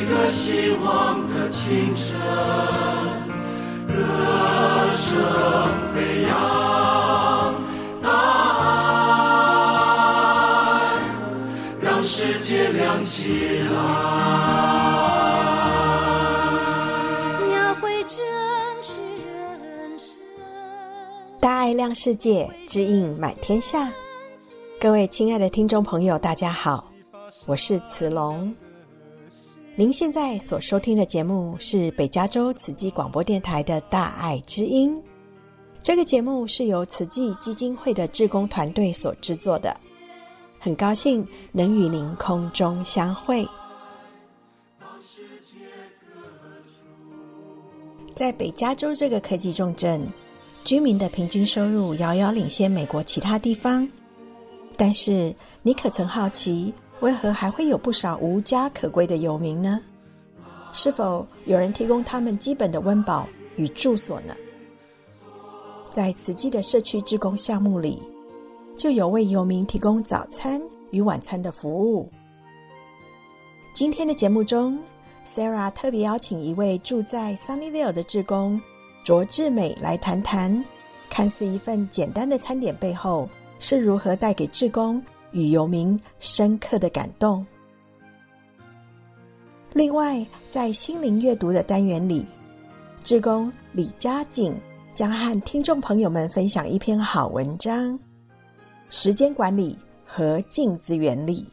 个希望的清晨，歌声飞扬，大爱让世界亮起来。 描绘真实人生， 大爱亮世界，知映满天下。各位亲爱的听众朋友，大家好，我是慈龙。您现在所收听的节目是北加州慈济广播电台的大爱之音。这个节目是由慈济基金会的志工团队所制作的，很高兴能与您空中相会。在北加州这个科技重镇，居民的平均收入遥遥领先美国其他地方，但是你可曾好奇，为何还会有不少无家可归的游民呢？是否有人提供他们基本的温饱与住所呢？在慈济的社区志工项目里，就有为游民提供早餐与晚餐的服务。今天的节目中， Sarah 特别邀请一位住在 Sunnyvale 的志工卓志美来谈谈，看似一份简单的餐点背后是如何带给志工与游民深刻的感动。另外，在心灵阅读的单元里，志工李嘉景将和听众朋友们分享一篇好文章，时间管理和镜子原理。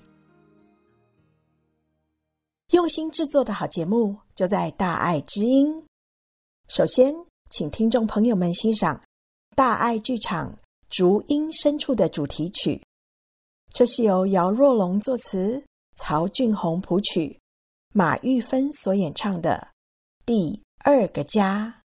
用心制作的好节目就在大爱之音。首先请听众朋友们欣赏大爱剧场竹音深处的主题曲，这是由姚若龙作词，曹俊宏谱曲，马玉芬所演唱的第二个家。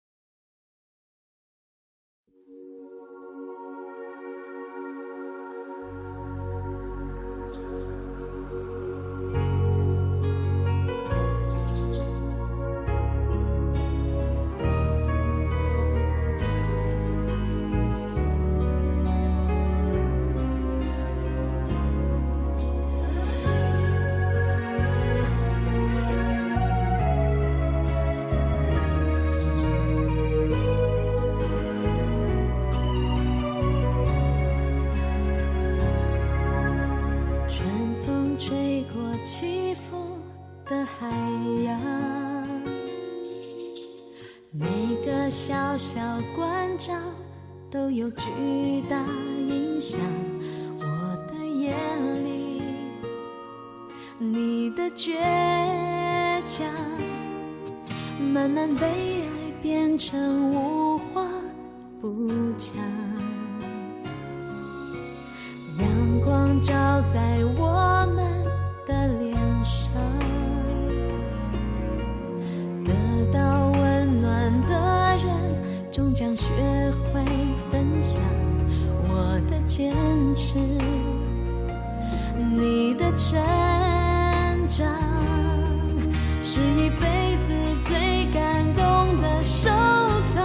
小小关照都有巨大影响，我的眼里你的倔强，慢慢被爱变成无话不讲，阳光照在我们的脸上，得到温暖的终将学会分享我的坚持，你的成长是一辈子最感动的收藏。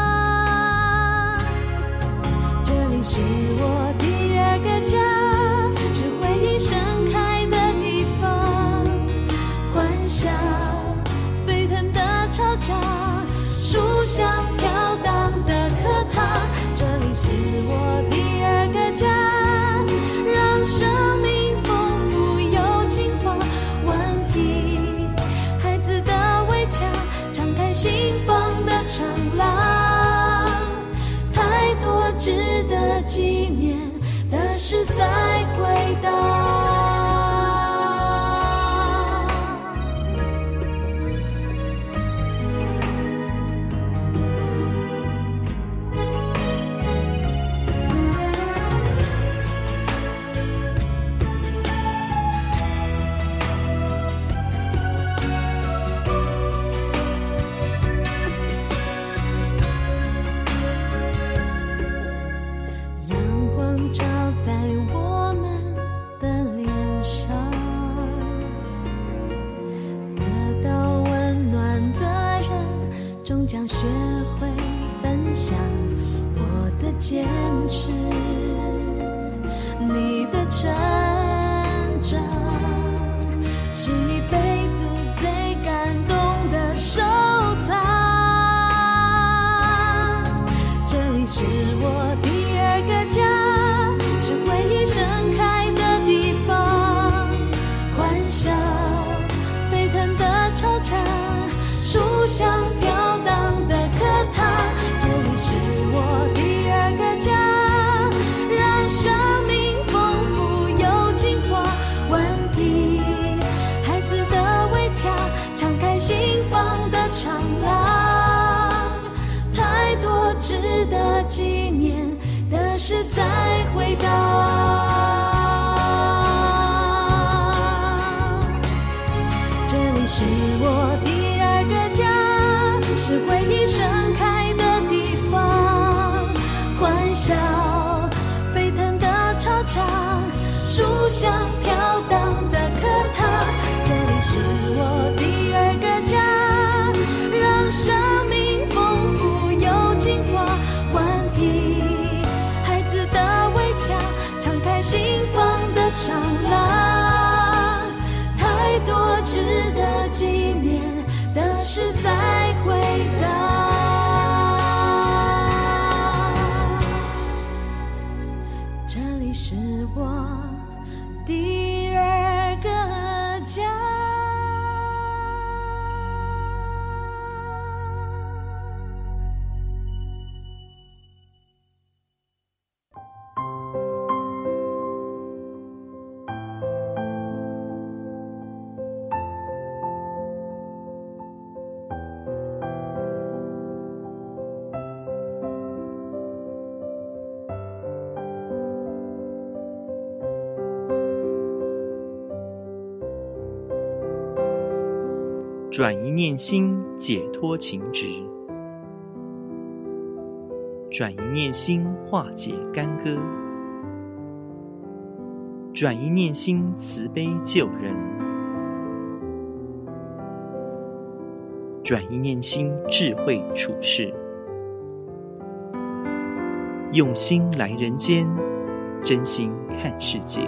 这里是我第二个家，是回忆盛开的地方，欢笑沸腾的吵架，书香飘荡的课堂，这里是我第二个家，让生命丰富又进化，顽皮孩子的围墙，敞开心房的长廊，太多值得纪念的事在回荡。照在我们的是再回到。这里是我第二个家，是回忆盛开的地方，欢笑沸腾的操场，书香飘荡的课堂。这里是我第二个家，让生命丰富又进化，顽皮孩子的围墙，敞开心房的长廊，太多值得纪念的事再回到。这里是我第二个家。 转一念心，解脱情执；转一念心，化解干戈；转一念心，慈悲救人；转一念心，智慧处世。用心来人间，真心看世界。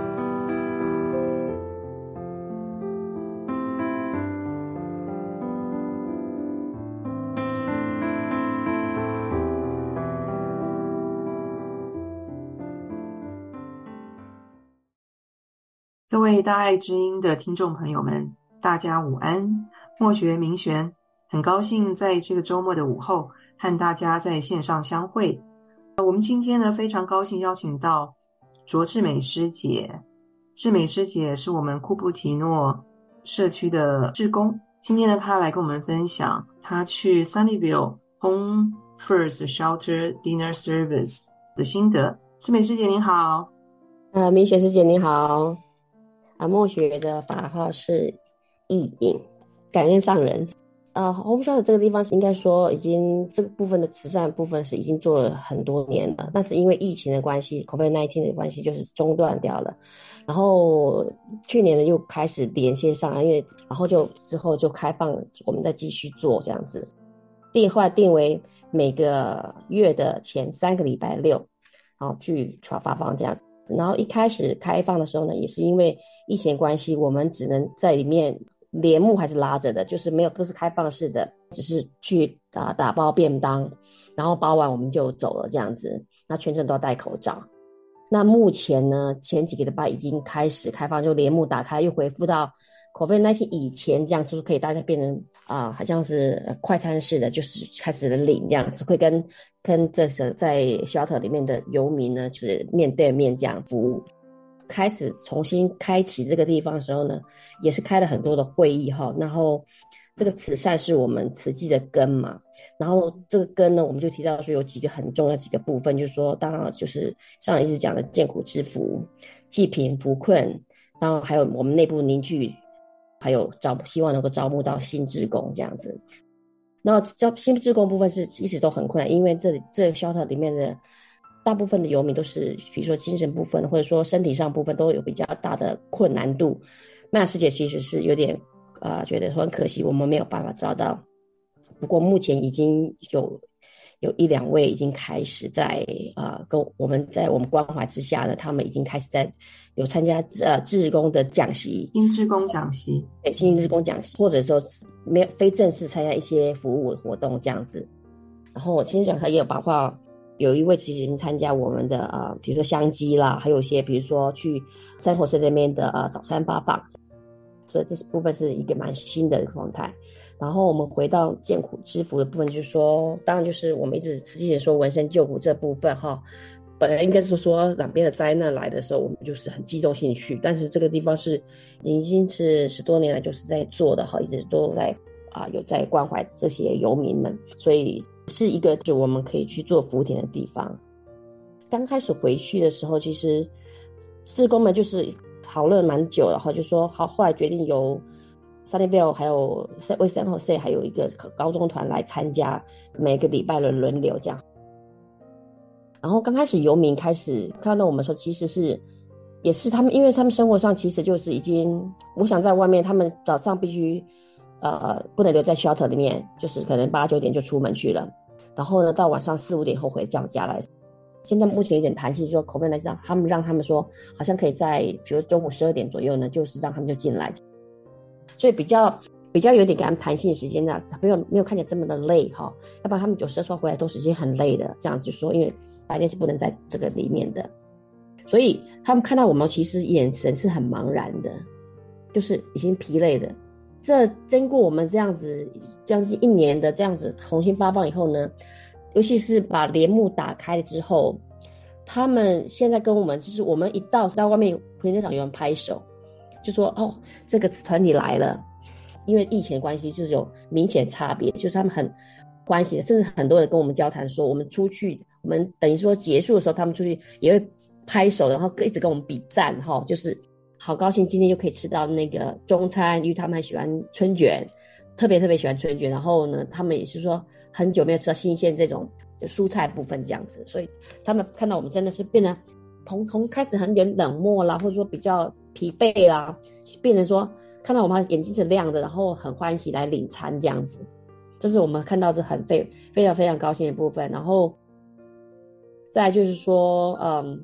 各位大爱之音的听众朋友们，大家午安，默学明玄，很高兴在这个周末的午后和大家在线上相会。我们今天呢非常高兴邀请到卓志美师姐。志美师姐是我们库布提诺社区的志工，今天呢她来跟我们分享她去 Sunnyvale Home First Shelter Dinner Service 的心得。志美师姐您好。 明学师姐您好。默学的法号是意引，感恩上人。Home Shelter 这个地方应该说已经这个部分的慈善部分是已经做了很多年了，但是因为疫情的关系 COVID-19 的关系就是中断掉了，然后去年呢又开始连线上，因为然后之后就开放我们再继续做这样子，后来定为每个月的前3个礼拜六去发放这样子。然后一开始开放的时候呢，也是因为疫情关系，我们只能在里面帘幕还是拉着的，就是不是开放式的，只是去打包便当，然后包完我们就走了这样子，那全程都要戴口罩。那目前呢，前几个礼拜已经开始开放，就帘幕打开，又恢复到 COVID-19 以前这样，就是可以大家变成好像是快餐式的，就是开始领这样子，会跟这个在 shelter 里面的游民呢，就是面对面这样服务。开始重新开启这个地方的时候呢，也是开了很多的会议然后这个慈善是我们慈济的根嘛，然后这个根呢，我们就提到说有几个很重要几个部分，就是说当然就是上一直讲的艰苦之福、济贫扶困，然后还有我们内部凝聚，还有希望能够招募到新志工这样子。然后新志工部分是一直都很困难，因为这个 shelter 里面的大部分的游民都是比如说精神部分或者说身体上部分都有比较大的困难度。那师姐其实是有点觉得很可惜我们没有办法找到，不过目前已经有1-2位已经开始在跟我们在我们关怀之下呢，他们已经开始有参加志工的讲习， 新志工讲习， 对，新志工讲习，或者说没有非正式参加一些服务活动这样子。然后新讲课也有包括有一位其实已经参加我们的比如说香鸡啦，还有一些比如说去生活社那边的早餐发放，所以这部分是一个蛮新的状态。然后我们回到艰苦之福的部分，就是说当然就是我们一直实际说闻声救苦这部分本来应该是说两边的灾难来的时候我们就是很激动兴趣，但是这个地方是已经是10多年来就是在做的一直都在有在关怀这些游民们，所以是一个就我们可以去做福田的地方。 刚开始回去的时候，其实志工们就是讨论蛮久，然后就说好，后来决定由 Sunnyvale 还有为 San Jose 还有一个高中团来参加，每个礼拜的轮流这样。然后刚开始游民开始看到我们说，其实也是他们，因为他们生活上其实就是已经，我想在外面，他们早上必须不能留在 shelter 里面，就是可能8、9点就出门去了，然后呢到晚上4、5点后回到家来。现在目前有点弹性，说口碑来讲，让他们说好像可以在比如中午12点左右呢，就是让他们就进来，所以比较有点给他们弹性的时间呢，没有看起来这么的累哈，要不然他们有时候回来都是已经很累的，这样子说，因为白天是不能在这个里面的，所以他们看到我们其实眼神是很茫然的，就是已经疲累的。这经过我们这样子将近1年的这样子重新发放以后呢，尤其是把帘幕打开了之后，他们现在跟我们就是我们一到外面停车场有人拍手，就说哦这个团体来了，因为疫情的关系就是有明显差别，就是他们很欢喜的，甚至很多人跟我们交谈说，我们出去，我们等于说结束的时候他们出去也会拍手，然后一直跟我们比赞，就是好高兴今天就可以吃到那个中餐，因为他们很喜欢春卷，特别喜欢春卷，然后呢他们也是说很久没有吃到新鲜这种蔬菜部分这样子，所以他们看到我们真的是变得从开始很有点冷漠啦，或者说比较疲惫啦，变成说看到我们眼睛是亮的，然后很欢喜来领餐这样子，这是我们看到是很非常高兴的部分。然后再来就是说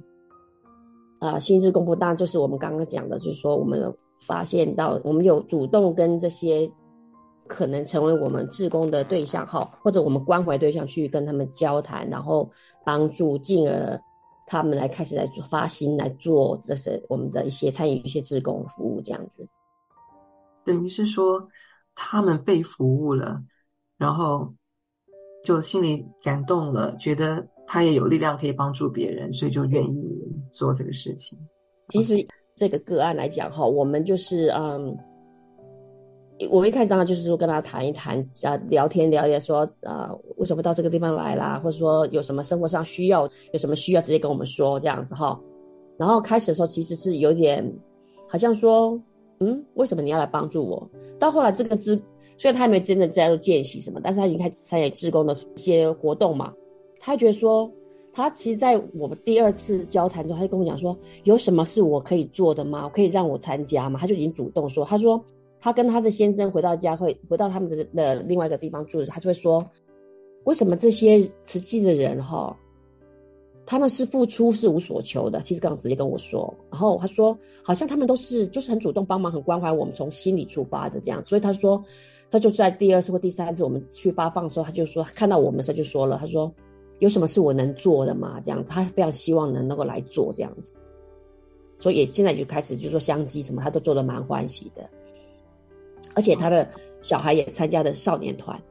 新制公布，当然就是我们刚刚讲的，就是说我们有发现到，我们有主动跟这些可能成为我们志工的对象或者我们关怀对象去跟他们交谈，然后帮助，进而他们来开始来做发心来做这些我们的一些参与一些志工服务这样子。 等于是说他们被服务了，然后就心里感动了，觉得他也有力量可以帮助别人，所以就愿意做这个事情。 其实这个个案来讲我们就是我们一开始当然就是说跟他谈一谈聊天说为什么到这个地方来啦，或者说有什么生活上需要，有什么需要直接跟我们说这样子然后开始的时候其实是有点好像说为什么你要来帮助我，到后来这个虽然他还没真的加入见习什么，但是他已经开始参与志工的一些活动嘛，他觉得说他其实在我们第2次交谈之后，他就跟我讲说有什么是我可以做的吗，可以让我参加吗，他就已经主动说，他说他跟他的先生回到家，会回到他们的另外一个地方住，他就会说为什么这些慈济的人他们是付出是无所求的，其实刚刚直接跟我说，然后他说好像他们都是就是很主动帮忙，很关怀我们，从心里出发的这样，所以他说他就在第2次或第3次我们去发放的时候，他就说看到我们的时候就说了，他说有什么是我能做的吗这样子，他非常希望能够来做这样子，所以也现在就开始就说香鸡什么他都做得蛮欢喜的，而且他的小孩也参加的少年团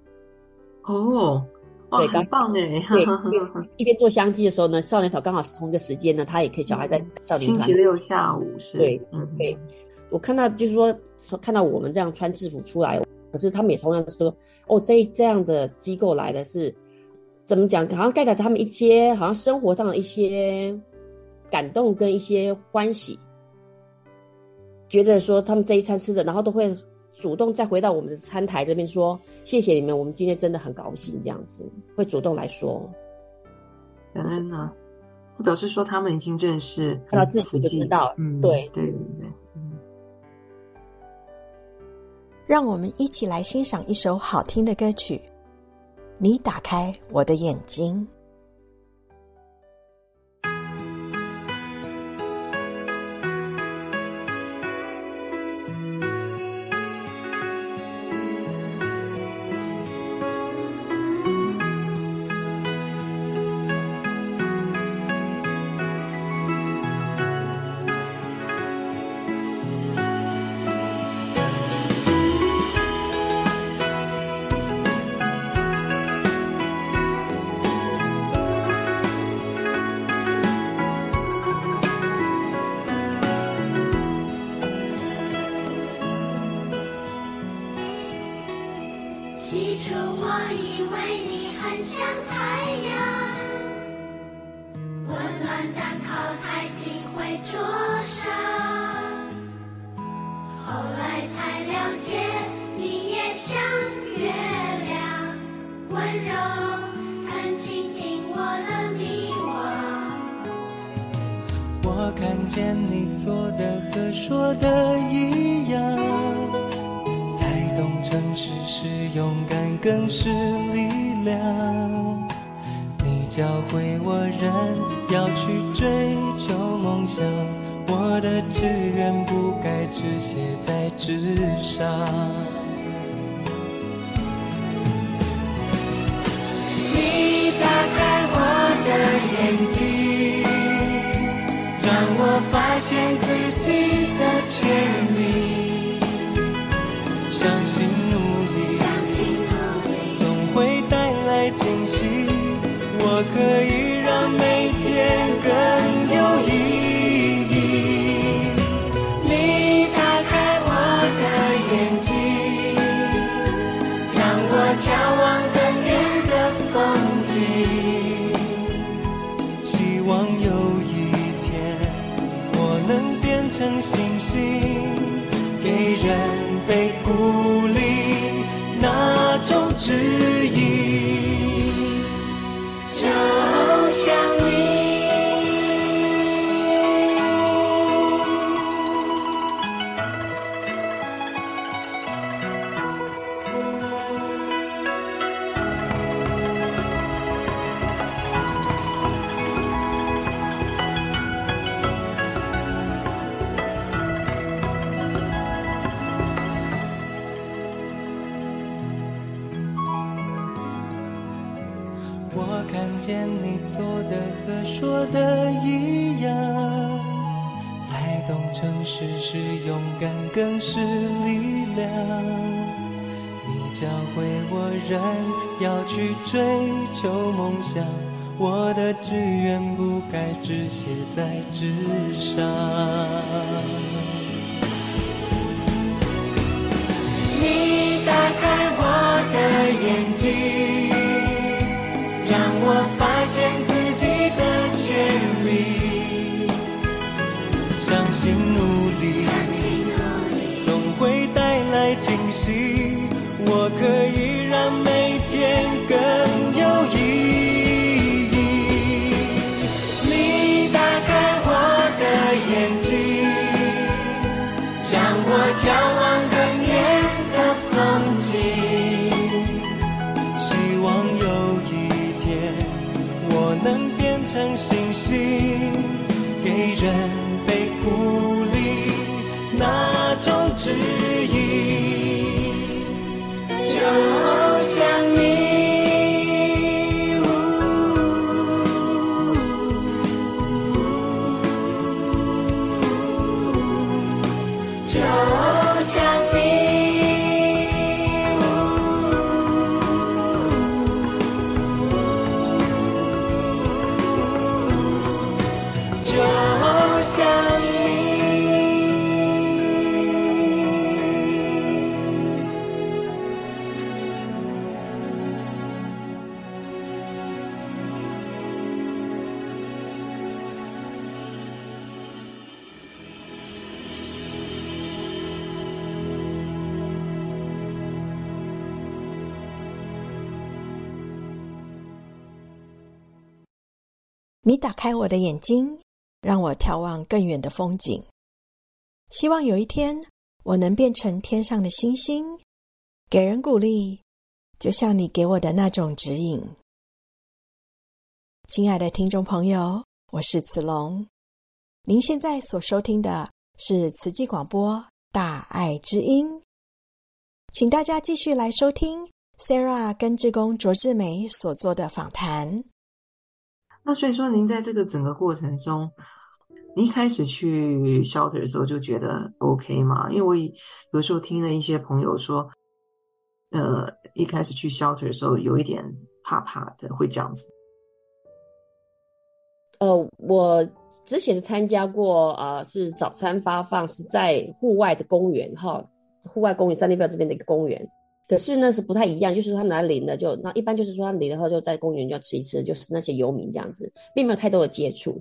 对， 很棒耶。 对，一边做香鸡的时候呢，少年团刚好是同一个时间呢，他也可以小孩在少年团。 星期6下午是。 对，对，我看到就是说看到我们这样穿制服出来，可是他们也同样说这样的机构来的是怎么讲，好像带给他们一些好像生活上的一些感动跟一些欢喜，觉得说他们这一餐吃的，然后都会主动再回到我们的餐台这边说谢谢你们，我们今天真的很高兴，这样子会主动来说感恩啊，表示说他们已经认识， 看到自己就知道对。 让我们一起来欣赏一首好听的歌曲，你打开我的眼睛。 起初我以为你很像太阳，我灼伤。后来才了解，你也像月亮，温柔很倾听我的迷惘。 我看见你做的和说的一样，才懂诚实是勇敢更是力量。你教会我人要去追求梦想，我的志愿不该只写在纸上。你打开我的眼睛，让我发现自己的潜力，相信努力总会带来惊喜，我可以让每天更有意义。你打开我的眼睛，让我眺望更远的风景，希望有一天我能变成星星，给人被鼓励那种指引。就像你我看见你做的和说的一样，才懂诚实是勇敢更是力量。你教会我人要去追求梦想，我的志愿不该只写在纸上。你打开我的眼睛，让我发现自己的潜力，相信努力总会带来惊喜，我可以让每天更有意义。你打开我的眼睛，让我眺望更远的风景，希望有一天我能变成星星，给人被鼓励那种指引。就像你就像你就像你你打开我的眼睛，让我眺望更远的风景。希望有一天，我能变成天上的星星，给人鼓励，就像你给我的那种指引。亲爱的听众朋友，我是慈龙。您现在所收听的是慈济广播大爱之音，请大家继续来收听 Sarah 跟志工卓志梅所做的访谈。 那所以说您在这个整个过程中，你一开始去 shelter 的时候就觉得 OK 吗？因为我有时候听了一些朋友说一开始去 shelter 的时候有一点怕怕的，会这样子。 我之前是参加过是早餐发放，是在户外的公园户外公园三立标这边的一个公园。可是呢是不太一样，就是说他们来领的那一般就是说他们领了后就在公园就要吃一吃，就是那些游民这样子，并没有太多的接触。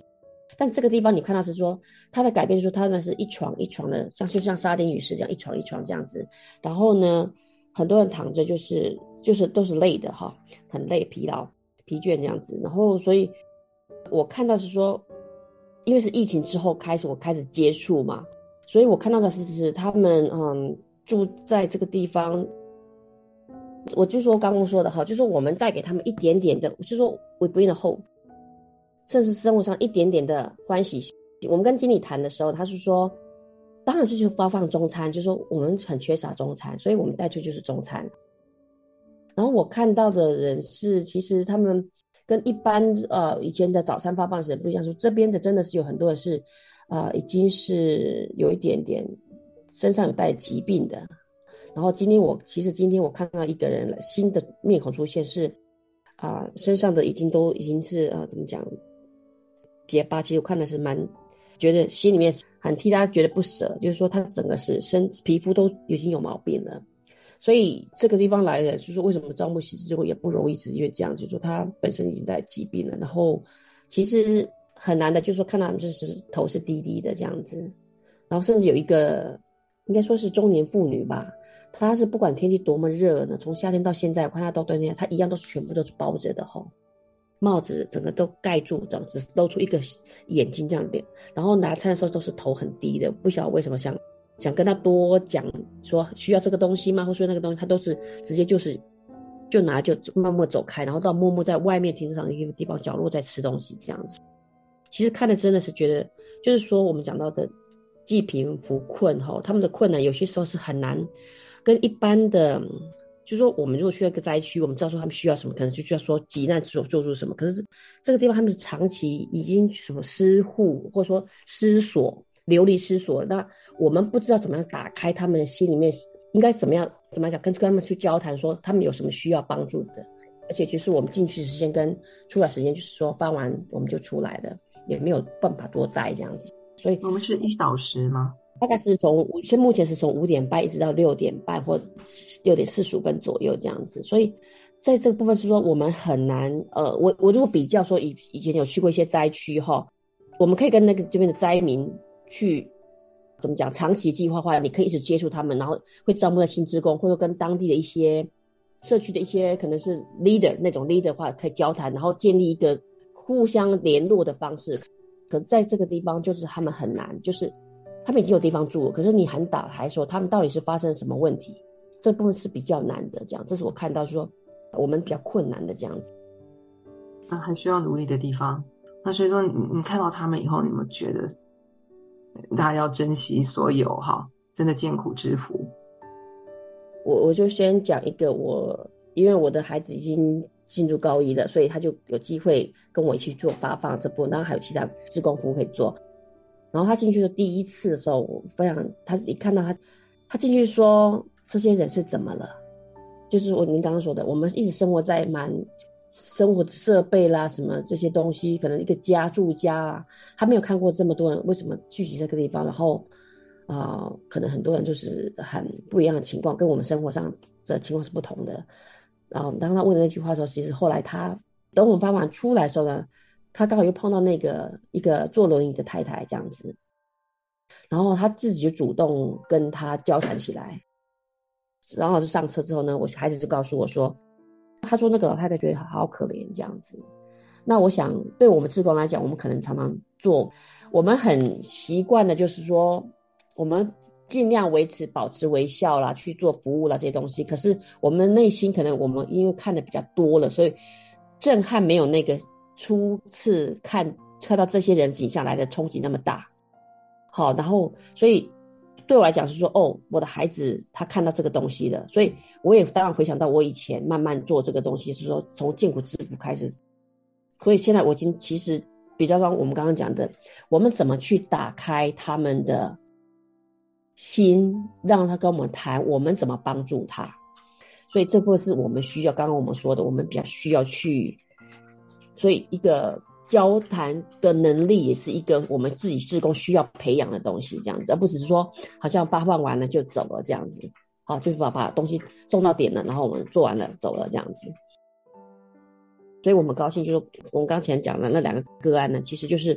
但这个地方你看到是说它的改变，说它呢是一床一床的，就像沙丁鱼是这样一床一床这样子。然后呢，很多人躺着就是都是累的哈，很累、疲劳、疲倦这样子。然后所以我看到是说，因为是疫情之后我开始接触嘛，所以我看到的是他们住在这个地方。我就说刚刚说的哈，就说我们带给他们一点点的，就说 we bring the hope， 甚至生活上一点点的欢喜。我们跟经理谈的时候，他是说，当然是就发放中餐，就说我们很缺少中餐，所以我们带出就是中餐。然后我看到的人是，其实他们跟一般以前的早餐发放的人不一样，说这边的真的是有很多人是已经是有一点点身上有带疾病的。然后今天我看到一个人了，新的面孔出现是身上的已经是怎么讲结疤，其实我看的是蛮觉得心里面很替他觉得不舍，就是说他整个是皮肤都已经有毛病了。所以这个地方来的就是说为什么招募喜之后也不容易，是因为这样，就是说他本身已经带疾病了，然后其实很难的，就是说看到他们就是头是低低的这样子，然后甚至有一个应该说是中年妇女吧，她是不管天气多么热呢，从夏天到现在我看她到冬天她一样都是全部都是包着的齁，帽子整个都盖住，只露出一个眼睛这样脸，然后拿餐的时候都是头很低的，不晓得为什么想跟他多讲说需要这个东西吗，或说那个东西，他都是直接就拿就默默走开，然后到默默在外面停车场一个地方角落在吃东西这样子。其实看的真的是觉得，就是说我们讲到的济贫扶困他们的困难有些时候是很难跟一般的，就是说我们如果去一个灾区，我们知道说他们需要什么，可能就需要说急难做出什么，可是这个地方他们是长期已经什么失户，或者说失所流离失所，那我们不知道怎么样打开他们的心里面，应该怎么样讲，跟他们去交谈，说他们有什么需要帮助的。而且就是我们进去的时间跟出来时间，就是说发完我们就出来了，也没有办法多待这样子。所以我们是1小时吗？ 大概是目前是从5点半一直到6点半或6点45分左右这样子。所以在这个部分是说我们很难我如果比较说以前有去过一些灾区我们可以跟那个这边的灾民去怎么讲长期计划化，你可以一直接触他们，然后会招募的新志工，或者跟当地的一些社区的一些可能是 leader 那种 leader 的话可以交谈，然后建立一个互相联络的方式。可是在这个地方就是他们很难，就是他们已经有地方住了，可是你喊打牌说他们到底是发生什么问题，这部分是比较难的这样，这是我看到说我们比较困难的这样子很需要努力的地方。那所以说你看到他们以后，你有没有觉得大家要珍惜所有真的艰苦之福？ 我就先讲一个，因为我的孩子已经进入高1了，所以他就有机会跟我一起做发放这部分，然后还有其他志工服务可以做。然后他进去的第一次的时候，我非常，他一看到他进去说这些人是怎么了，就是您刚刚说的，我们一直生活在生活的设备啦什么这些东西，可能一个住家他没有看过这么多人为什么聚集这个地方，然后可能很多人就是很不一样的情况，跟我们生活上的情况是不同的。然后当他问的那句话的时候，其实后来等我们发完出来的时候呢，他刚好又碰到一个坐轮椅的太太这样子，然后他自己就主动跟他交谈起来。然后就上车之后呢，我孩子就告诉我说，他说那个老太太觉得好可怜这样子。那我想对我们志工来讲，我们可能常常做，我们很习惯的就是说我们尽量保持微笑啦，去做服务啦这些东西，可是我们内心可能我们因为看的比较多了，所以震撼没有那个初次看到这些人景象来的冲击那么大。好，然后所以对我来讲是说我的孩子他看到这个东西了，所以我也当然回想到我以前慢慢做这个东西，是说从艰苦之福开始。所以现在我已经其实比较我们刚刚讲的，我们怎么去打开他们的心，让他跟我们谈我们怎么帮助他。所以这部分是我们需要，刚刚我们说的，我们比较需要去，所以一个交谈的能力也是一个我们自己志工需要培养的东西这样子，而不只是说好像发放完了就走了这样子，好，就是把东西送到点了，然后我们做完了走了这样子。所以我们高兴就是我们刚才讲的那2个个案呢，其实就是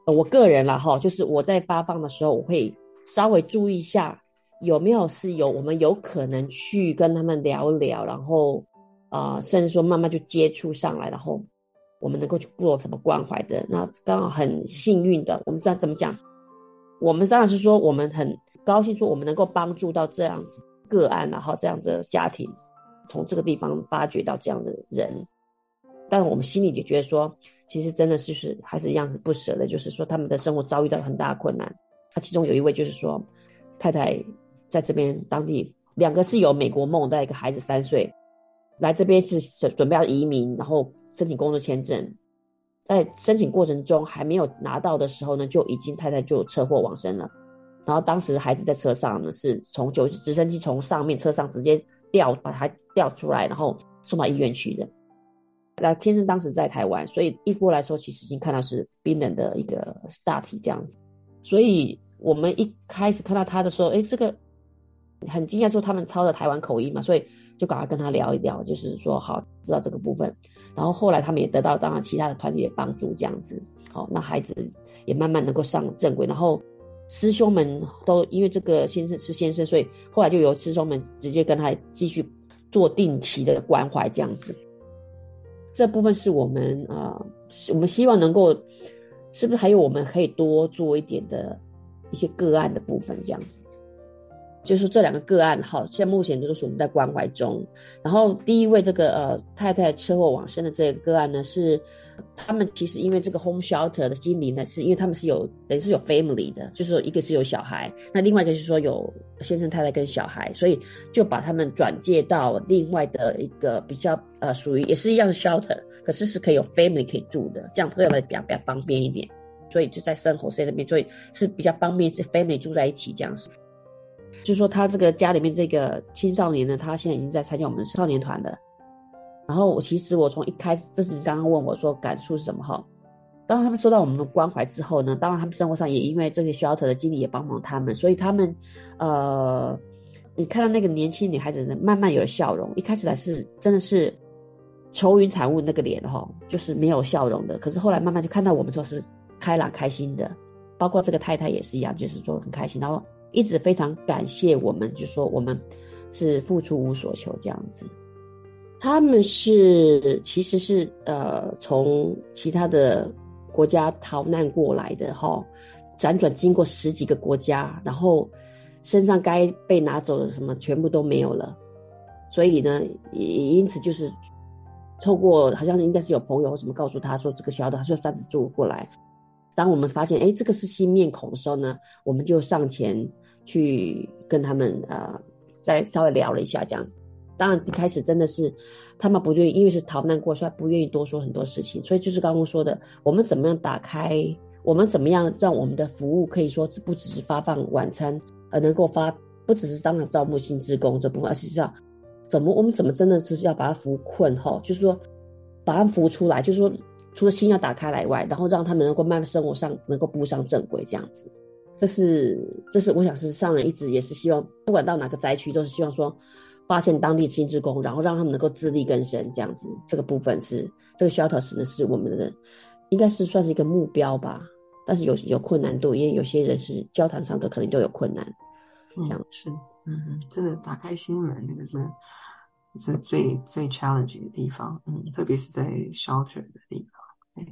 我个人啦就是我在发放的时候，我会稍微注意一下有没有我们有可能去跟他们聊聊，然后甚至说慢慢就接触上来，然后我们能够去做什么关怀的。那刚好很幸运的，我们这样怎么讲？我们当然是说我们很高兴说我们能够帮助到这样子个案，然后这样子的家庭，从这个地方发掘到这样的人。但我们心里也觉得说，其实真的是还是一样是不舍的，就是说他们的生活遭遇到很大的困难。他其中有一位就是说，太太在这边当地2个是有美国梦，带一个孩子3岁，来这边是准备要移民，然后申请工作签证。在申请过程中还没有拿到的时候呢，就已经太太就车祸往生了。然后当时孩子在车上呢，是从直升机从上面车上直接把他吊出来，然后送到医院去的。那先生当时在台湾，所以一过来的时候其实已经看到是冰冷的一个大体这样子。所以我们一开始看到他的时候，这个很惊讶说他们操着台湾口音嘛，所以就赶快跟他聊一聊，就是说好知道这个部分。然后后来他们也得到当然其他的团体的帮助这样子。好，那孩子也慢慢能够上正轨，然后师兄们都因为这个先生，所以后来就由师兄们直接跟他继续做定期的关怀这样子。这部分是我们希望能够，是不是还有我们可以多做一点的一些个案的部分这样子。就是这2个个案现在目前都是我们在关怀中。然后第一位这个太太车祸往生的这个个案呢，是他们其实因为这个 home shelter 的经理呢，是因为他们是等于是有 family 的，就是说一个是有小孩，那另外一个是说有先生太太跟小孩，所以就把他们转介到另外的一个比较属于也是一样是 shelter， 可是是可以有 family 可以住的，这样会比较方便一点。所以就在圣荷西那边，所以是比较方便，是 family 住在一起这样子。就是说他这个家里面这个青少年呢，他现在已经在参加我们的少年团了。然后其实我从一开始，这是你刚刚问我说感触是什么当然他们受到我们的关怀之后呢，当然他们生活上也因为这个 shelter 的经理也帮忙他们，所以他们你看到那个年轻女孩子慢慢有了笑容。一开始还是真的是愁云惨雾那个脸就是没有笑容的，可是后来慢慢就看到我们说是开朗开心的，包括这个太太也是一样，就是说很开心，然后一直非常感谢我们，就说我们是付出无所求这样子。他们其实是从其他的国家逃难过来的辗转经过10几个国家，然后身上该被拿走的什么全部都没有了，所以呢也因此就是透过好像应该是有朋友或什么告诉他说这个小岛他就暂时住过来。当我们发现这个是新面孔的时候呢，我们就上前去跟他们再稍微聊了一下这样子。当然一开始真的是他们不愿意，因为是逃难过，所以不愿意多说很多事情。所以就是刚刚说的，我们怎么样打开，我们怎么样让我们的服务可以说不只是发放晚餐，而能够不只是当然招募新志工这部分，而是要我们怎么真的是要把它服务困就是说把他们服务出来，就是说除了心要打开来外，然后让他们能够慢慢生活上能够步上正轨这样子。这是我想是上人一直也是希望，不管到哪个灾区都是希望说发现当地新志工，然后让他们能够自力更生这样子。这个部分是这个 shelter 呢是我们的应该是算是一个目标吧，但是有困难度，因为有些人是交谈上的可能都有困难这样是真的打开心门那个是最 challenging 的地方，特别是在 shelter 的地方。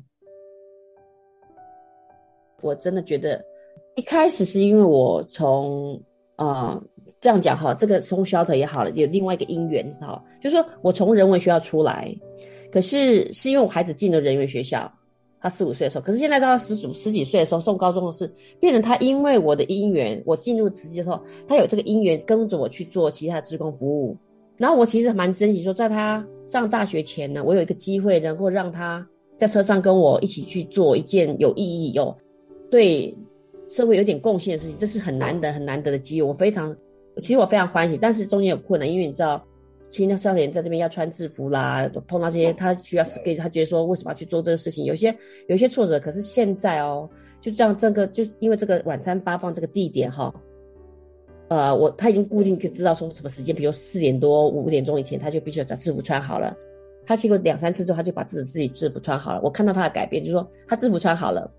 我真的觉得一开始是因为我从这样讲这个从 shelter 也好了，有另外一个因缘就是说我从人文学校出来，可是因为我孩子进了人文学校，他4、5岁的时候，可是现在到他十几岁的时候送高中的是变成他因为我的因缘，我进入慈济的时候，他有这个因缘跟着我去做其他的志工服务。然后我其实蛮珍惜说在他上大学前呢，我有一个机会能够让他在车上跟我一起去做一件有意义对社会有点贡献的事情，这是很难得的机会。其实我非常欢喜，但是中间有困难，因为你知道青少年在这边要穿制服啦，碰到这些他需要 schedule， 他觉得说为什么要去做这个事情，有些挫折。可是现在就这样，就是因为这个晚餐发放这个地点他已经固定知道说什么时间，比如4点多5点钟以前他就必须要把制服穿好了。他经过2、3次之后，他就把自己制服穿好了。我看到他的改变，就是说他制服穿好了，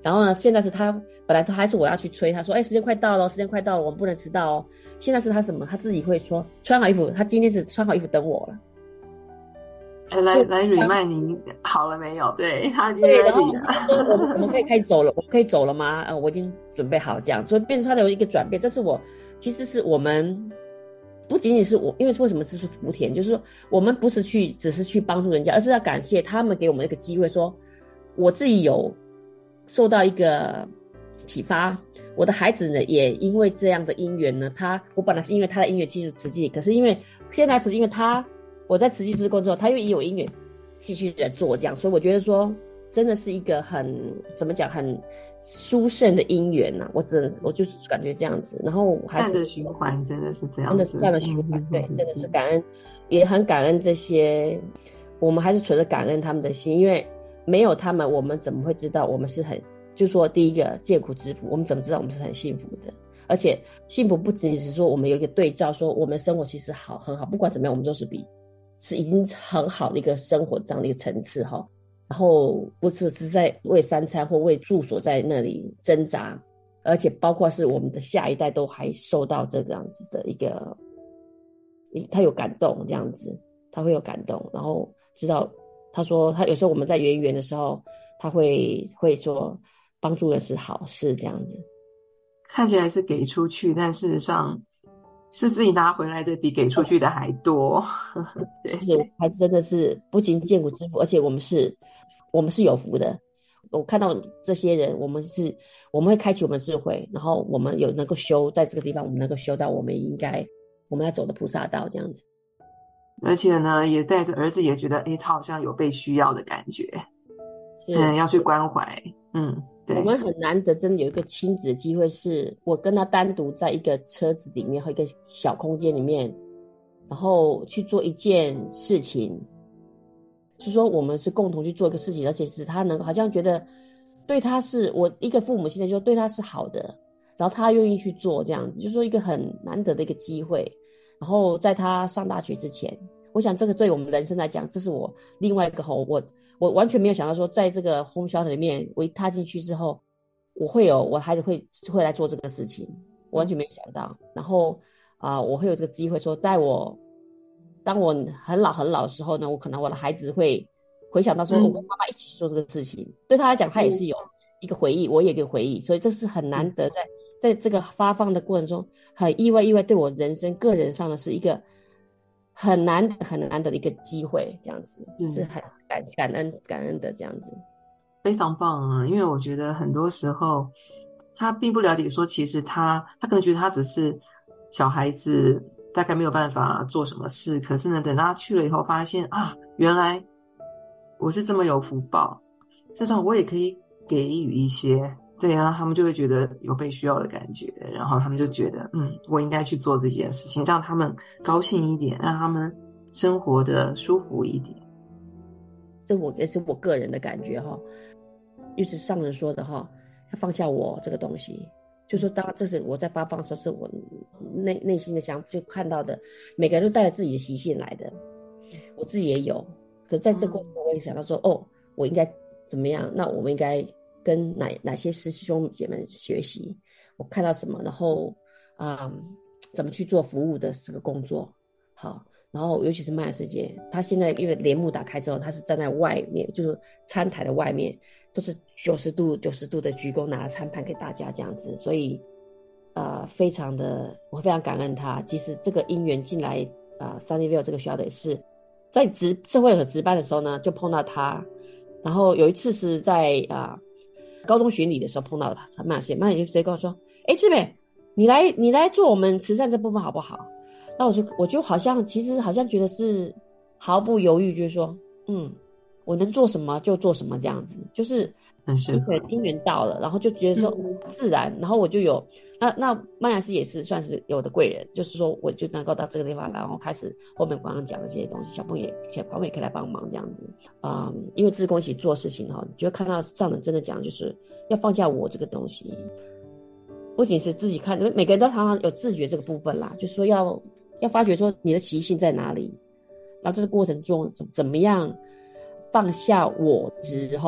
然后呢，现在是他本来还是我要去催他说，时间快到了，时间快到了，我们不能迟到哦。现在是他什么？他自己会说穿好衣服，他今天是穿好衣服等我了。 来 remind 你好了没有？对，他已经 ready 了。 我们可以开始走了，我们可以走了吗？我已经准备好，这样，所以变成他的一个转变。这是其实是我们不仅仅是我，因为为什么是福田，就是说我们不是只是去帮助人家，而是要感谢他们给我们一个机会，说我自己有受到一个启发，我的孩子呢也因为这样的因缘呢，我本来是因为他的因缘进入慈济，可是因为现在不是因为我在慈济志工之后，他又也有因缘继续在做这样，所以我觉得说真的是一个怎么讲很殊胜的因缘呐，我就感觉这样子，然后还是善的循环，真的是这样子， 真的是这样的循环，对，真的是感恩，也很感恩这些，我们还是存着感恩他们的心，因为没有他们，我们怎么会知道我们是就说第一个借苦知福，我们怎么知道我们是很幸福的？而且幸福不仅仅是说我们有一个对照，说我们的生活其实很好，不管怎么样，我们都是已经很好的一个生活这样的一个层次哈。然后不是在为三餐或为住所在那里挣扎，而且包括是我们的下一代都还受到这样子的一个，他有感动这样子，他会有感动，然后知道他说他有时候我们在圆圆的时候，他会说帮助人是好事这样子， 看起来是给出去，但事实上是自己拿回来的比给出去的还多。对， 还是真的是不仅见苦知福，而且我们是有福的。我看到这些人，我们会开启我们的智慧，然后我们有能够修，在这个地方我们能够修到我们要走的菩萨道这样子。 而且呢，也带着儿子也觉得，他好像有被需要的感觉，要去关怀。对， 我们很难得真的有一个亲子的机会，是我跟他单独在一个车子里面和一个小空间里面，然后去做一件事情，是说我们是共同去做一个事情，而且是他能好像觉得对他是我一个父母亲的，就对他是好的，然后他愿意去做这样子，就是说一个很难得的一个机会。然后在他上大学之前，我想这个对我们人生来讲，这是我另外一个我完全没有想到说，在这个 home shelter 里面，我一踏进去之后，我孩子会来做这个事情，我完全没有想到。然后我会有这个机会说，当我很老的时候呢，可能我的孩子会回想到说，我跟妈妈一起做这个事情，对他来讲，他也是有一个回忆，我也有一个回忆，所以这是很难得在这个发放的过程中，很意外，对我人生个人上的是一个很难得的一个机会，这样子是很感恩的这样子， 非常棒啊！因为我觉得很多时候他并不了解说，其实他可能觉得他只是小孩子，大概没有办法做什么事，可是呢，等他去了以后，发现原来我是这么有福报，至少我也可以给予一些。对啊，他们就会觉得有被需要的感觉，然后他们就觉得我应该去做这件事情，让他们高兴一点，让他们生活的舒服一点。 这也是我个人的感觉哈，就是上人说的哈，要放下我这个东西，就说这是我在发放的时候，是我内心的想法，就看到的，每个人都带着自己的习性来的，我自己也有，可是在这个过程中我也想到说，我应该怎么样？那我们应该跟哪些师兄姐们学习？我看到什么，然后怎么去做服务的这个工作？好，然后尤其是麦雅世界，他现在因为帘幕打开之后，他是站在外面，就是餐台的外面，都是90度的鞠躬，拿餐盘给大家这样子，所以我非常感恩他。即使这个因缘进来Sunnyvale 这个学校的也是在社会所值班的时候呢，就碰到他。然后有一次是在高中巡礼的时候碰到他，麦雅就直接跟我说：“志美，你来做我们慈善这部分好不好？”那我就其实好像觉得是毫不犹豫，就是说，我能做什么就做什么这样子，就是因缘到了，然后就觉得说自然，然后我就有那麦雅师也是算是有的贵人，就是说我就能够到这个地方，然后开始后面刚刚讲的这些东西，小朋友也可以来帮忙这样子因为志工一起做事情哈，你就会看到上人真的讲，就是要放下我这个东西，不仅是自己看，每个人都常常有自觉这个部分啦，就是说要发觉说你的习性在哪里，然后这个过程中怎么样放下我之后，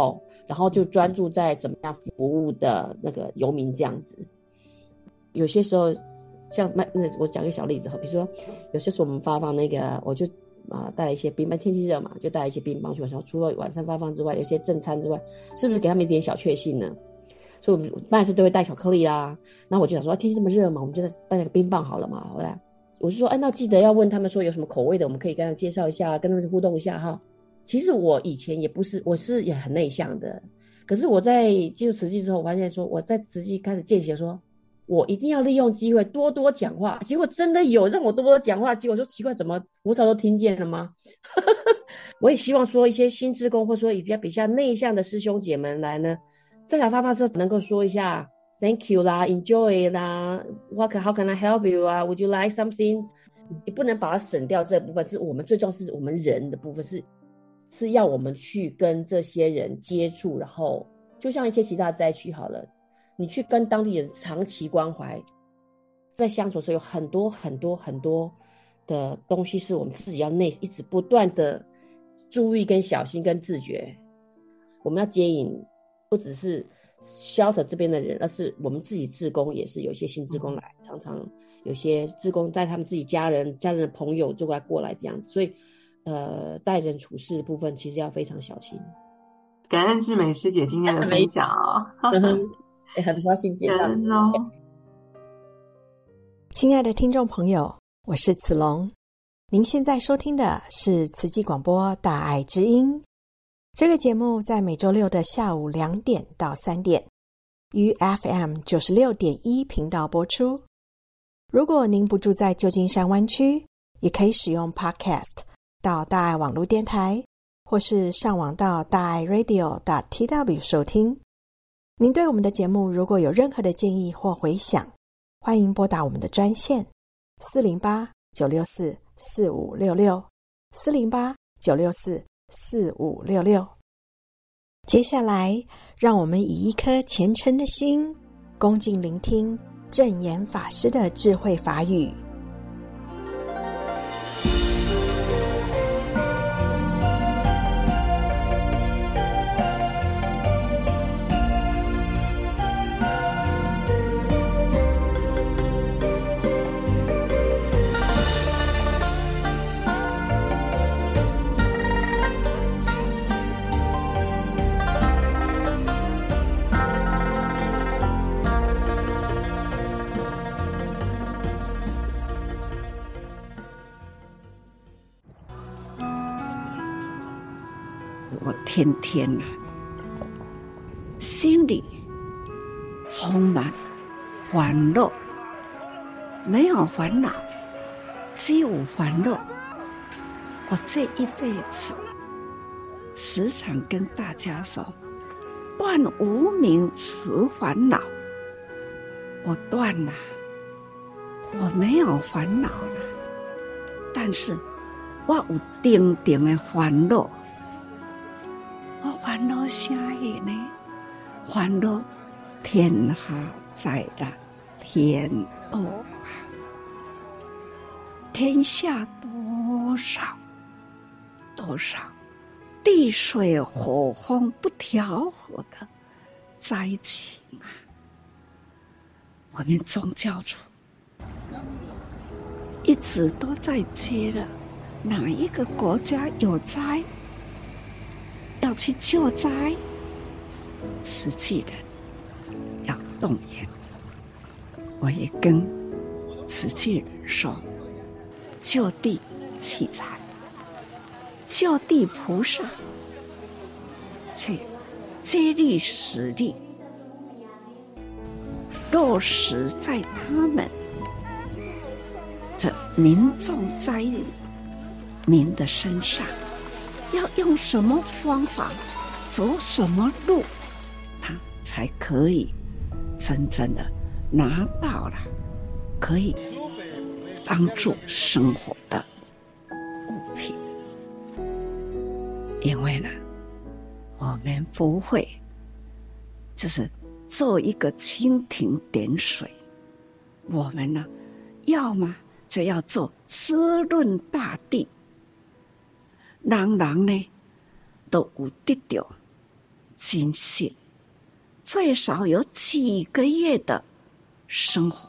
然后就专注在怎么样服务的那个游民这样子。有些时候像我讲一个小例子，比如说有些时候我们发放那个，我就带了一些冰棒，天气热嘛，就带了一些冰棒去。除了晚餐发放之外，有些正餐之外，是不是给他们一点小确幸呢？所以我们办事都会带巧克力啦。然后我就想说，天气这么热嘛，我们就带那个冰棒好了嘛。后来我就说，那记得要问他们说有什么口味的，我们可以跟他们介绍一下，跟他们互动一下哈。其实我以前我是也很内向的，可是我在接触慈济之后，我发现说我在慈济开始见习说，我一定要利用机会多多讲话。结果真的有让我多多讲话，结果说奇怪，怎么菩萨都听见了吗？我也希望说一些新志工或者说比较内向的师兄姐们来呢，在来发放之后能够说一下 Thank you 啦 Enjoy 啦 How can I help you 啊 Would you like something。 你不能把它省掉这部分，是我们最重要是我们人的部分，是要我们去跟这些人接触，然后就像一些其他灾区好了，你去跟当地人长期关怀，在相处的时候有很多很多很多的东西是我们自己要一直不断的注意跟小心跟自觉。我们要接引不只是 shelter 这边的人，而是我们自己志工也是有一些新志工来，常常有些志工带他们自己家人的朋友就过来这样子，所以待人处事的部分其实要非常小心。 感恩志美师姐今天的分享很高兴见到你亲爱的听众朋友，我是慈龙，您现在收听的是慈济广播大爱之音。这个节目在每周六的下午2点到3点于 FM 96.1 频道播出。如果您不住在旧金山湾区，也可以使用 Podcast 到大爱网络电台，或是上网到大爱 radio.tw 收听。您对我们的节目如果有任何的建议或回响，欢迎拨打我们的专线408-964-4566 408-964-4566。接下来让我们以一颗虔诚的心，恭敬聆听证严法师的智慧法语。 我天天心里充满欢乐，没有烦恼，只有欢乐。我这一辈子时常跟大家说，断无明除烦恼。我断了，我没有烦恼了，但是我有定定的烦恼。我烦恼啥嘢呢？烦恼天下在了天恶，天下多少地水火风不调和的灾情啊！我们宗教处一直都在接了，哪一个国家有灾，要去救灾，慈济人要动员。我也跟慈济人说，就地取材，就地菩萨去接力实力，落实在他们这民众灾民的身上。要用什么方法，走什么路，他才可以真正的拿到了可以帮助生活的物品。因为呢，我们不会就是做一个蜻蜓点水，我们呢，要么就要做滋润大地，人人呢都有得到精细，最少有几个月的生活。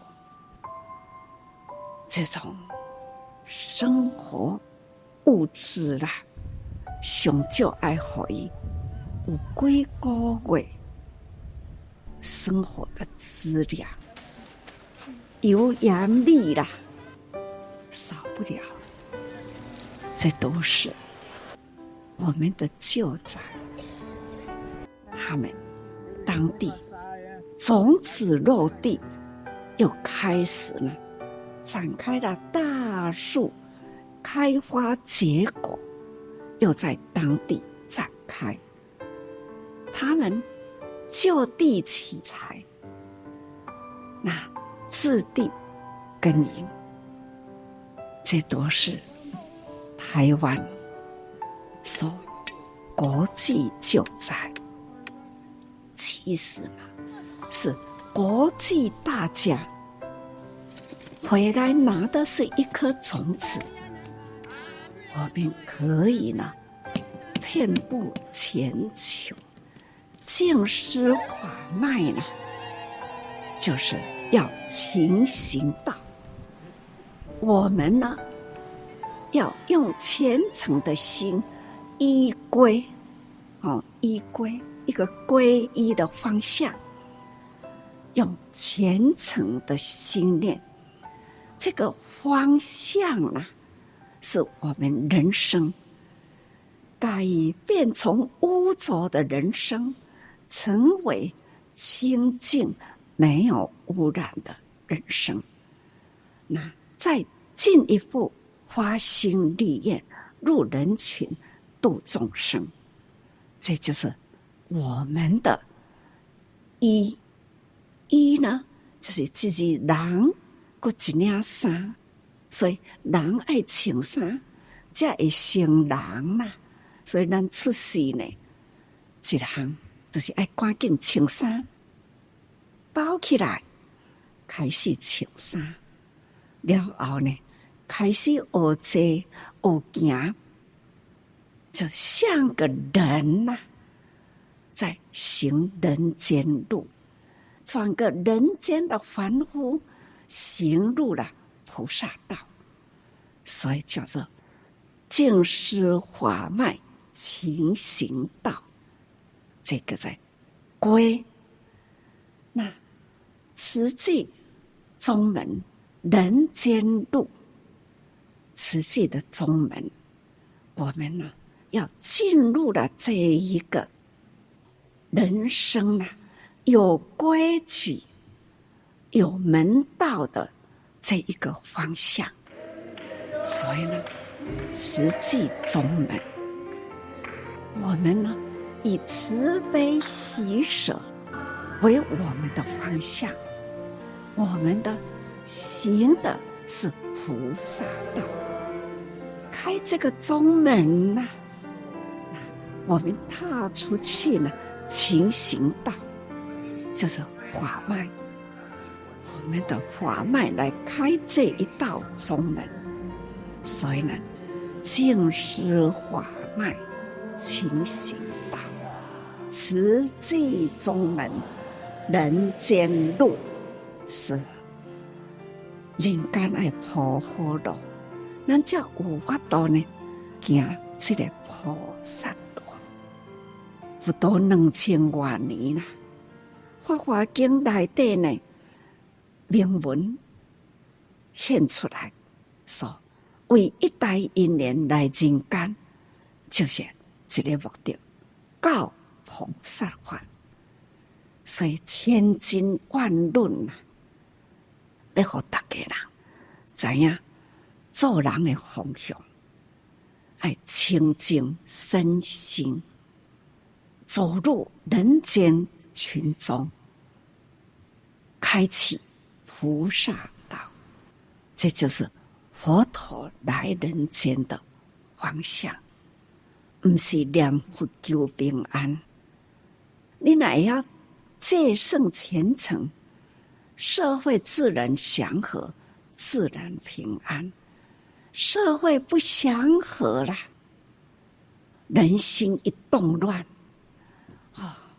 这种生活物质啦，上少爱互伊有几个月生活的资粮，油盐米啦，少不了。这都是我们的救灾。他们当地种子落地，又开始呢展开了大树，开花结果，又在当地展开。他们就地取材，那自地耕耘，这都是台湾所国际救灾。其实嘛，是国际大家回来拿的是一颗种子，我们可以呢遍布全球。净施法脉呢，就是要勤行道。我们呢，要用虔诚的心依归，依归一个皈依的方向，用虔诚的心念，这个方向呢，是我们人生改变从污浊的人生，成为清净没有污染的人生。那再进一步发心立愿，入人群度众生，这就是我们的衣呢，就是自己人过一领衫，所以人爱穿衫才会成人啦。所以咱出世呢，一项就是爱赶紧穿衫，包起来，开始穿衫，了后呢，开始学坐学行，就像个人呐，在行人间路，转个人间的凡夫，行入了菩萨道，所以叫做净施法脉勤行道。这个在归那慈济宗门人间路，慈济的宗门，我们呢要进入了这一个人生啊有规矩有门道的这一个方向。所以呢，慈济宗门，我们呢以慈悲喜舍为我们的方向，我们的行的是菩萨道。开这个宗门啊，我们踏出去呢，勤行道，就是法脉，我们的法脉来开这一道宗门。所以呢，净施法脉勤行道，慈济宗门人间路，是人间爱菩萨路，咱才有法度呢行这个菩萨道。不到2000多年啦，法华经内底呢明文现出来，说为一代因缘来人间，就是一个目的，教菩萨法。所以千经万论啊，要互大家人知影做人的方向，爱清净身心，走入人间群众，开启菩萨道。这就是佛陀来人间的方向，不是念佛求平安。你哪要戒圣虔诚，社会自然祥和，自然平安。社会不祥和啦，人心一动乱，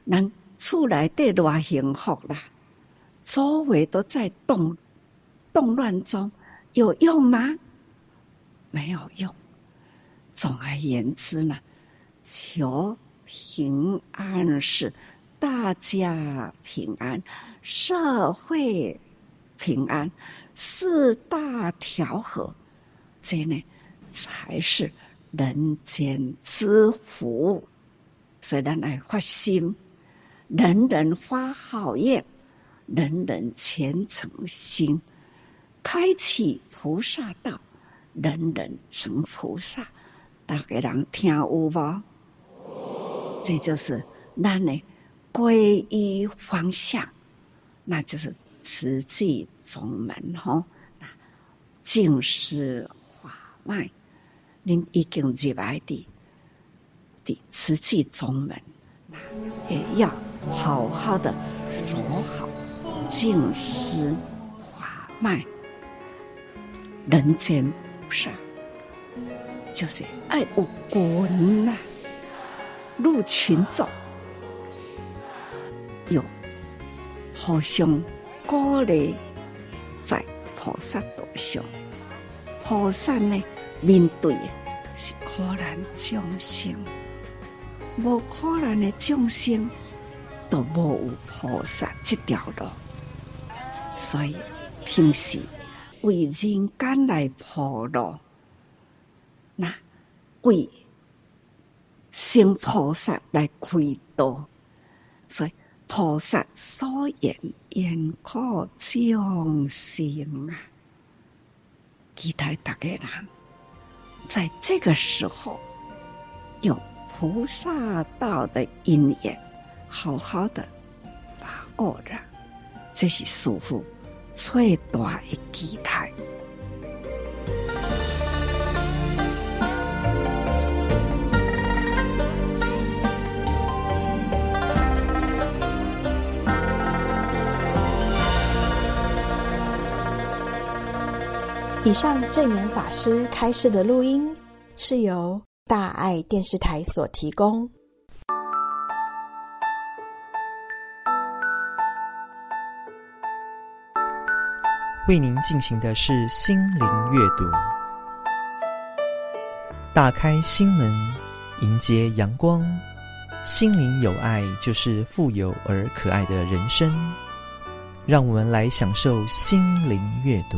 咱厝内底偌幸福啦，周围都在动乱中，有用吗？没有用。总而言之呢，求平安是大家平安，社会平安，四大调和，这呢才是人间之福。所以咱来发心，人人发好愿，人人虔诚心，开启菩萨道，人人成菩萨。大家人听有无？这就是咱的皈依方向，那就是慈济宗门净施法脉，您已经入来的慈济宗门，也要好好的守好净施法脉。人间菩萨就是爱有群啊，入群众，有互相鼓励，在菩萨道上，菩萨呢面对的是苦难众生。无苦难的众生，都无有菩萨这条路。所以平时为人间来铺路，那为成菩萨来开道。所以菩萨所言愿苦众生啊，期待大家人在这个时候有菩萨道的因缘，好好的把握了，这是师父最大的期待。 以上正言法师开示的录音是由大爱电视台所提供。 为您进行的是心灵阅读，打开心门，迎接阳光。心灵有爱，就是富有而可爱的人生。让我们来享受心灵阅读。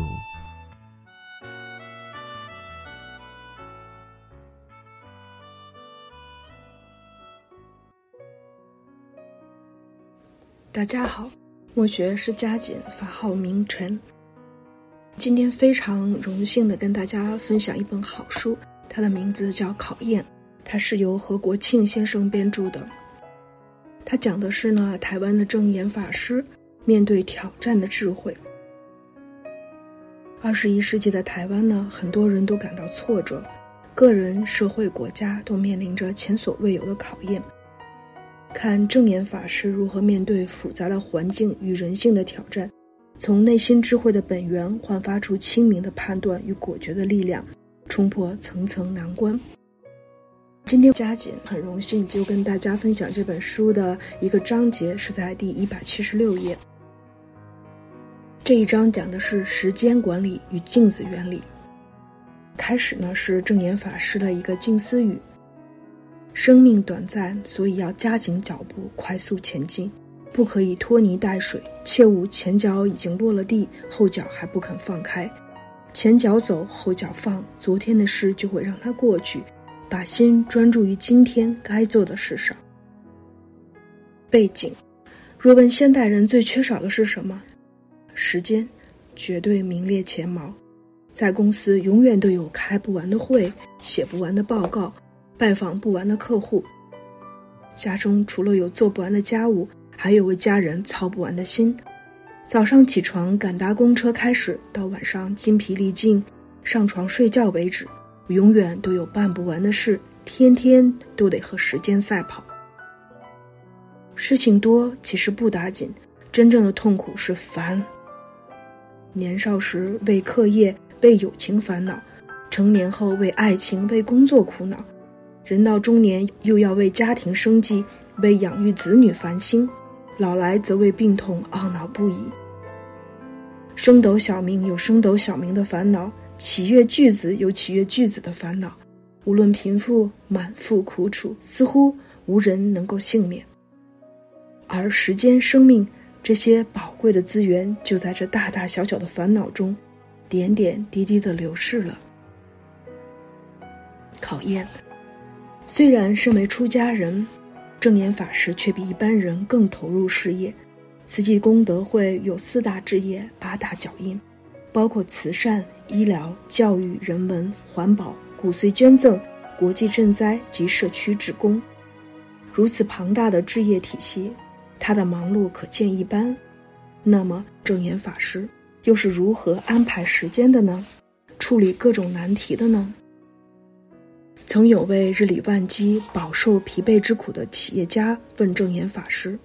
大家好，墨学是嘉锦，法号明晨。今天非常荣幸的跟大家分享一本好书，它的名字叫《考验》，它是由何国庆先生编著的。它讲的是呢，台湾的正言法师面对挑战的智慧。21世纪的台湾呢，很多人都感到挫折，个人、社会、国家都面临着前所未有的考验。看正言法师如何面对复杂的环境与人性的挑战，从内心智慧的本源焕发出清明的判断与果决的力量，冲破层层难关。今天嘉锦很荣幸就跟大家分享这本书的一个章节，是在第176页。这一章讲的是时间管理与镜子原理。开始呢是正言法师的一个静思语：生命短暂，所以要加紧脚步，快速前进，不可以拖泥带水，切勿前脚已经落了地，后脚还不肯放开。前脚走，后脚放，昨天的事就会让它过去，把心专注于今天该做的事上。背景：若问现代人最缺少的是什么？时间绝对名列前茅。在公司永远都有开不完的会，写不完的报告，拜访不完的客户。家中除了有做不完的家务，还有为家人操不完的心。早上起床赶搭公车开始，到晚上筋疲力尽上床睡觉为止，永远都有办不完的事，天天都得和时间赛跑。事情多其实不打紧，真正的痛苦是烦。年少时为课业、为友情烦恼，成年后为爱情、为工作苦恼，人到中年又要为家庭生计、 为养育子女烦心，老来则为病痛懊恼不已。升斗小民有升斗小民的烦恼，喜悦巨子有喜悦巨子的烦恼，无论贫富，满腹苦楚，似乎无人能够幸免。而时间、生命这些宝贵的资源，就在这大大小小的烦恼中，点点滴滴地流逝了。考验，虽然身为出家人，证严法师却比一般人更投入事业。慈济功德会有4大志业、8大脚印，包括慈善、医疗、教育、人文、环保、骨髓捐赠、国际赈灾及社区志工。如此庞大的志业体系，他的忙碌可见一斑。那么证严法师又是如何安排时间的呢？处理各种难题的呢？曾有位日理万机、饱受疲惫之苦的企业家问证严法师：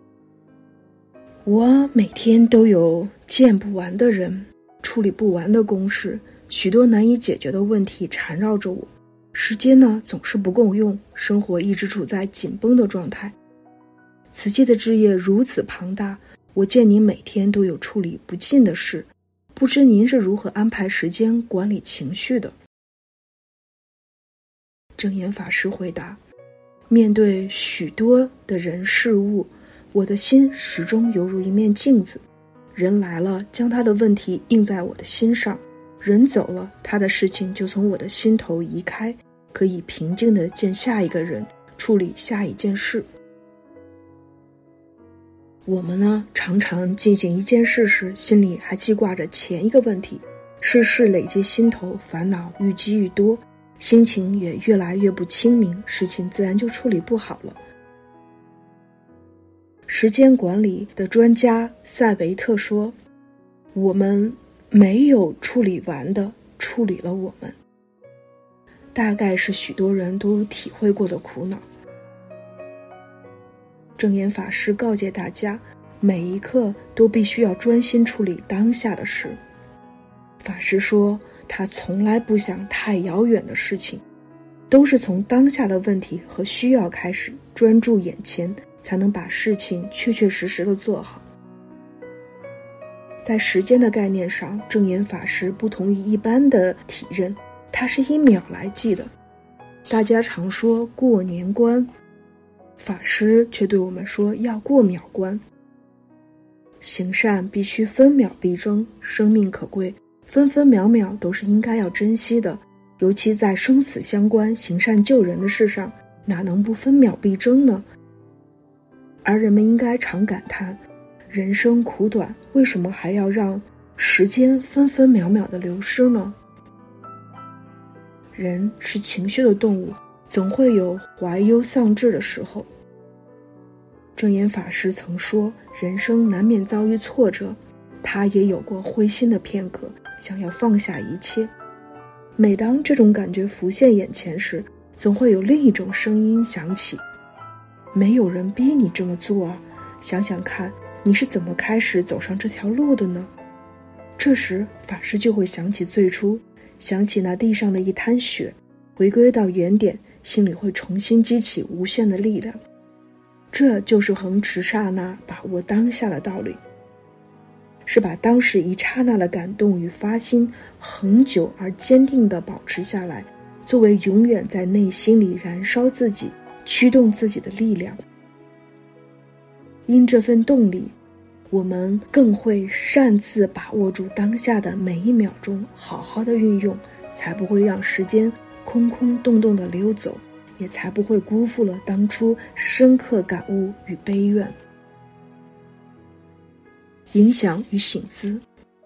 我每天都有见不完的人，处理不完的公事，许多难以解决的问题缠绕着我，时间呢总是不够用，生活一直处在紧绷的状态。慈济的志业如此庞大，我见您每天都有处理不尽的事，不知您是如何安排时间、管理情绪的？证严法师回答：面对许多的人事物，我的心始终犹如一面镜子，人来了，将他的问题映在我的心上，人走了，他的事情就从我的心头移开，可以平静地见下一个人，处理下一件事。我们呢，常常进行一件事时，心里还记挂着前一个问题，事事累积心头，烦恼愈积愈多，心情也越来越不清明，事情自然就处理不好了。时间管理的专家塞维特说，我们没有处理完的处理了我们，大概是许多人都体会过的苦恼。证严法师告诫大家，每一刻都必须要专心处理当下的事。法师说，他从来不想太遥远的事情，都是从当下的问题和需要开始，专注眼前，才能把事情确确实实的做好。在时间的概念上，证严法师不同于一般的体认，他是以秒来计的。大家常说过年关，法师却对我们说要过秒关。行善必须分秒必争，生命可贵，分分秒秒都是应该要珍惜的，尤其在生死相关、行善救人的事上，哪能不分秒必争呢？而人们应该常感叹，人生苦短，为什么还要让时间分分秒秒的流失呢？人是情绪的动物，总会有怀忧丧志的时候。证严法师曾说，人生难免遭遇挫折，他也有过灰心的片刻，想要放下一切。每当这种感觉浮现眼前时，总会有另一种声音响起，没有人逼你这么做啊，想想看，你是怎么开始走上这条路的呢？这时法师就会想起最初，想起那地上的一滩血，回归到原点，心里会重新激起无限的力量。这就是恒持刹那，把握当下的道理，是把当时一刹那的感动与发心恒久而坚定地保持下来，作为永远在内心里燃烧自己、驱动自己的力量。因这份动力，我们更会擅自把握住当下的每一秒钟，好好的运用，才不会让时间空空洞洞地溜走，也才不会辜负了当初深刻感悟与悲怨。影响与省思，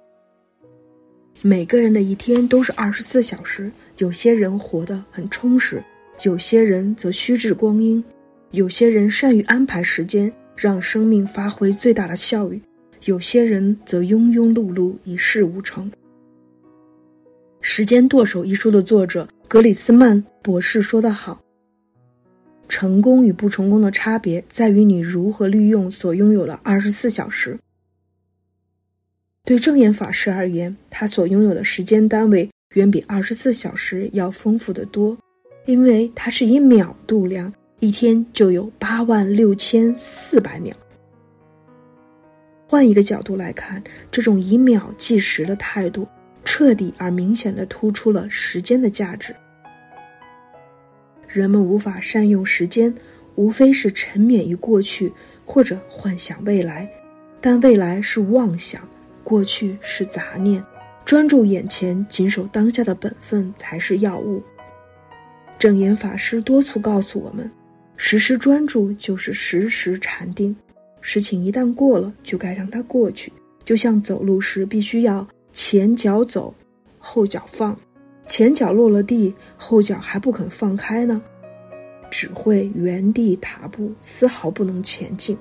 每个人的一天都是24小时，有些人活得很充实，有些人则虚掷光阴，有些人善于安排时间，让生命发挥最大的效益，有些人则庸庸碌碌，一事无成。《时间舵手》一书的作者格里斯曼博士说得好，成功与不成功的差别在于你如何利用所拥有的24小时。对证严法师而言，他所拥有的时间单位远比24小时要丰富得多，因为他是以秒度量， 一天就有86400秒。换一个角度来看，这种以秒计时的态度，彻底而明显地突出了时间的价值。人们无法善用时间，无非是沉湎于过去，或者幻想未来，但未来是妄想，过去是杂念，专注眼前，谨守当下的本分才是要务。正言法师多次告诉我们，时时专注就是时时禅定，事情一旦过了，就该让它过去，就像走路时必须要前脚走，后脚放，前脚落了地，后脚还不肯放开呢，只会原地踏步，丝毫不能前进。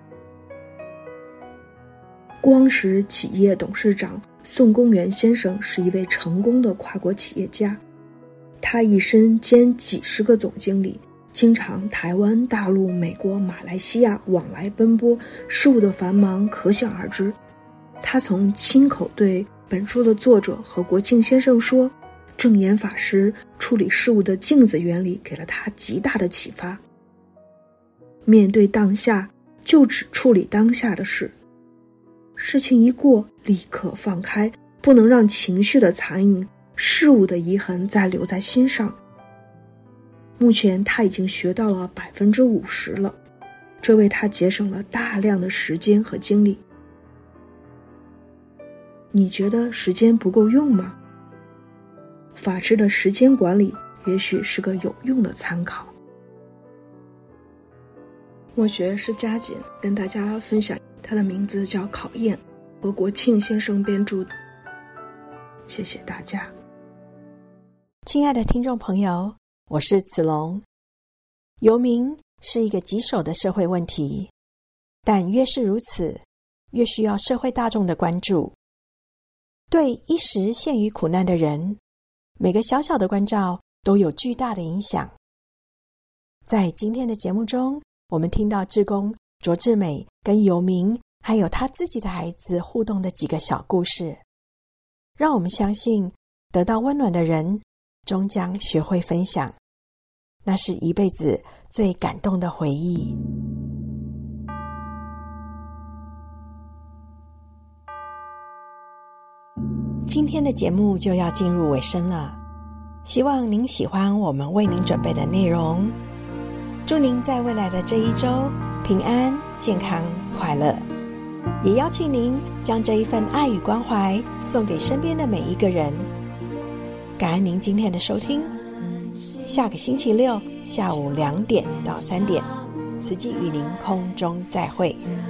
光实企业董事长宋公元先生是一位成功的跨国企业家，他一生兼几十个总经理，经常台湾、大陆、美国、马来西亚往来奔波，事务的繁忙可想而知。他曾亲口对本书的作者何国庆先生说，正言法师处理事物的镜子原理给了他极大的启发。面对当下，就只处理当下的事，事情一过，立刻放开，不能让情绪的残影、事物的遗痕再留在心上。目前他已经学到了50%了，这为他节省了大量的时间和精力。你觉得时间不够用吗？法师的时间管理也许是个有用的参考。默学是佳姐跟大家分享，他的名字叫考验，何国庆先生编著的。谢谢大家。 亲爱的听众朋友，我是子龙。游民是一个棘手的社会问题，但越是如此，越需要社会大众的关注。对一时陷于苦难的人，每个小小的关照都有巨大的影响。在今天的节目中，我们听到志工卓志美跟游民还有他自己的孩子互动的几个小故事，让我们相信得到温暖的人终将学会分享，那是一辈子最感动的回忆。今天的节目就要进入尾声了，希望您喜欢我们为您准备的内容。祝您在未来的这一周平安、健康、快乐。也邀请您将这一份爱与关怀送给身边的每一个人。感恩您今天的收听，下个星期六下午2点到3点，慈济与您空中再会。